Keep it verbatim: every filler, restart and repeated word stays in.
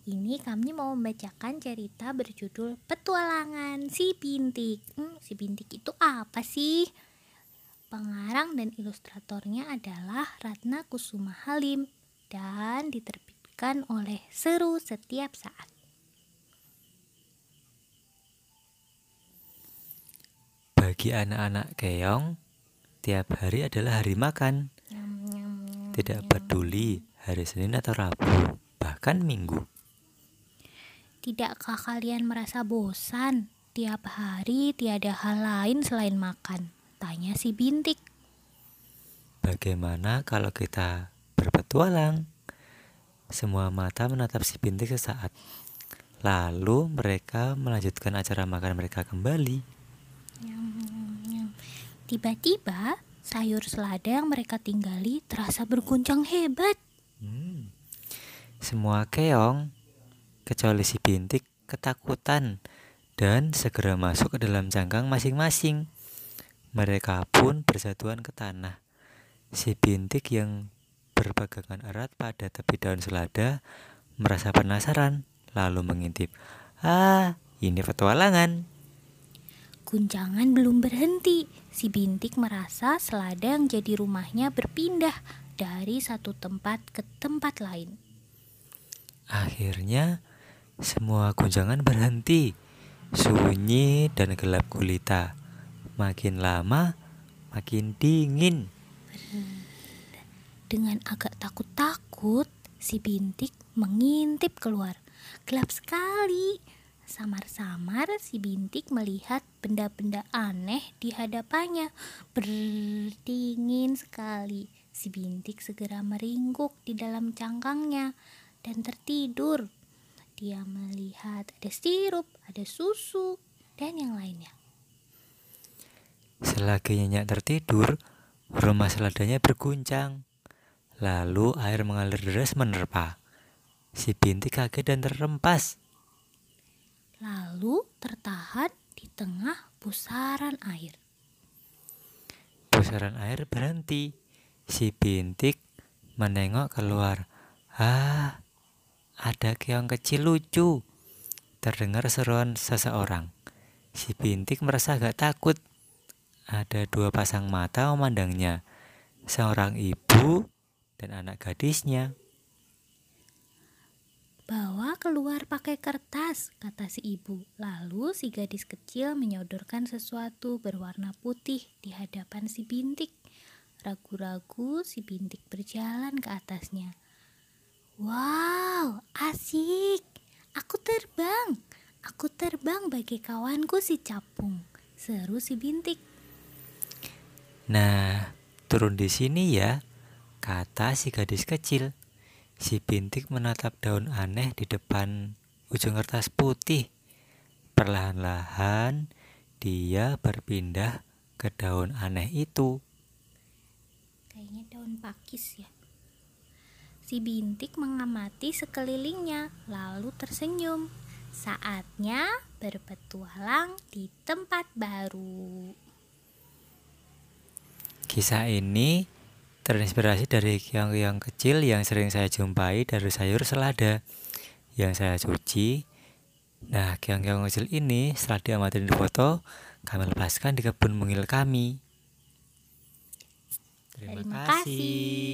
ini kami mau membacakan cerita berjudul Petualangan Si Bintik. Hmm, si Bintik itu apa sih? Pengarang dan ilustratornya adalah Ratna Kusuma Halim dan diterbitkan oleh Seru Setiap Saat. Bagi anak-anak keong, tiap hari adalah hari makan. Nyam, nyam, nyam, Tidak nyam. peduli hari Senin atau Rabu, bahkan Minggu. Tidakkah kalian merasa bosan? Tiap hari tiada hal lain selain makan, tanya si Bintik. Bagaimana kalau kita berpetualang? Semua mata menatap si Bintik sesaat. Lalu mereka melanjutkan acara makan mereka kembali. Nyam, nyam, nyam. Tiba-tiba sayur selada yang mereka tinggali terasa berguncang hebat. Hmm. Semua keong, kecuali si Bintik, ketakutan dan segera masuk ke dalam cangkang masing-masing. Mereka pun bersatuan ke tanah. Si Bintik yang berpegangan erat pada tepi daun selada merasa penasaran, lalu mengintip. Ah, ini petualangan. Guncangan belum berhenti. Si Bintik merasa selada yang jadi rumahnya berpindah dari satu tempat ke tempat lain. Akhirnya semua guncangan berhenti. Sunyi dan gelap gulita. Makin lama makin dingin. Dengan agak takut-takut, si Bintik mengintip keluar. Gelap sekali. Samar-samar si Bintik melihat benda-benda aneh di hadapannya. Berdingin sekali. Si Bintik segera meringkuk di dalam cangkangnya dan tertidur. Dia melihat ada sirup, ada susu, dan yang lainnya. Selagi nyenyak tertidur, rumah seladanya berguncang. Lalu air mengalir deras menerpa. Si Bintik kaget dan terrempas. Lalu tertahan di tengah pusaran air. Pusaran air berhenti. Si Bintik menengok keluar. Ah, ada keong kecil lucu. Terdengar seruan seseorang. Si Bintik merasa agak takut. Ada dua pasang mata memandangnya. Seorang ibu dan anak gadisnya. Bawa keluar pakai kertas, kata si ibu. Lalu si gadis kecil menyodorkan sesuatu berwarna putih di hadapan si Bintik. Ragu-ragu si Bintik berjalan ke atasnya. Wow, asik. Aku terbang. Aku terbang bagi kawanku si Capung, seru si Bintik. Nah, turun di sini ya, kata si gadis kecil. Si Bintik menatap daun aneh di depan ujung kertas putih. Perlahan-lahan dia berpindah ke daun aneh itu. Kayaknya daun pakis ya. Si Bintik mengamati sekelilingnya, lalu tersenyum. Saatnya berpetualang di tempat baru. Kisah ini terinspirasi dari keong-keong kecil yang sering saya jumpai dari sayur selada yang saya cuci. Nah, keong-keong kecil ini setelah diamati di foto, kami lepaskan di kebun mungil kami. Terima Terima kasih. kasih.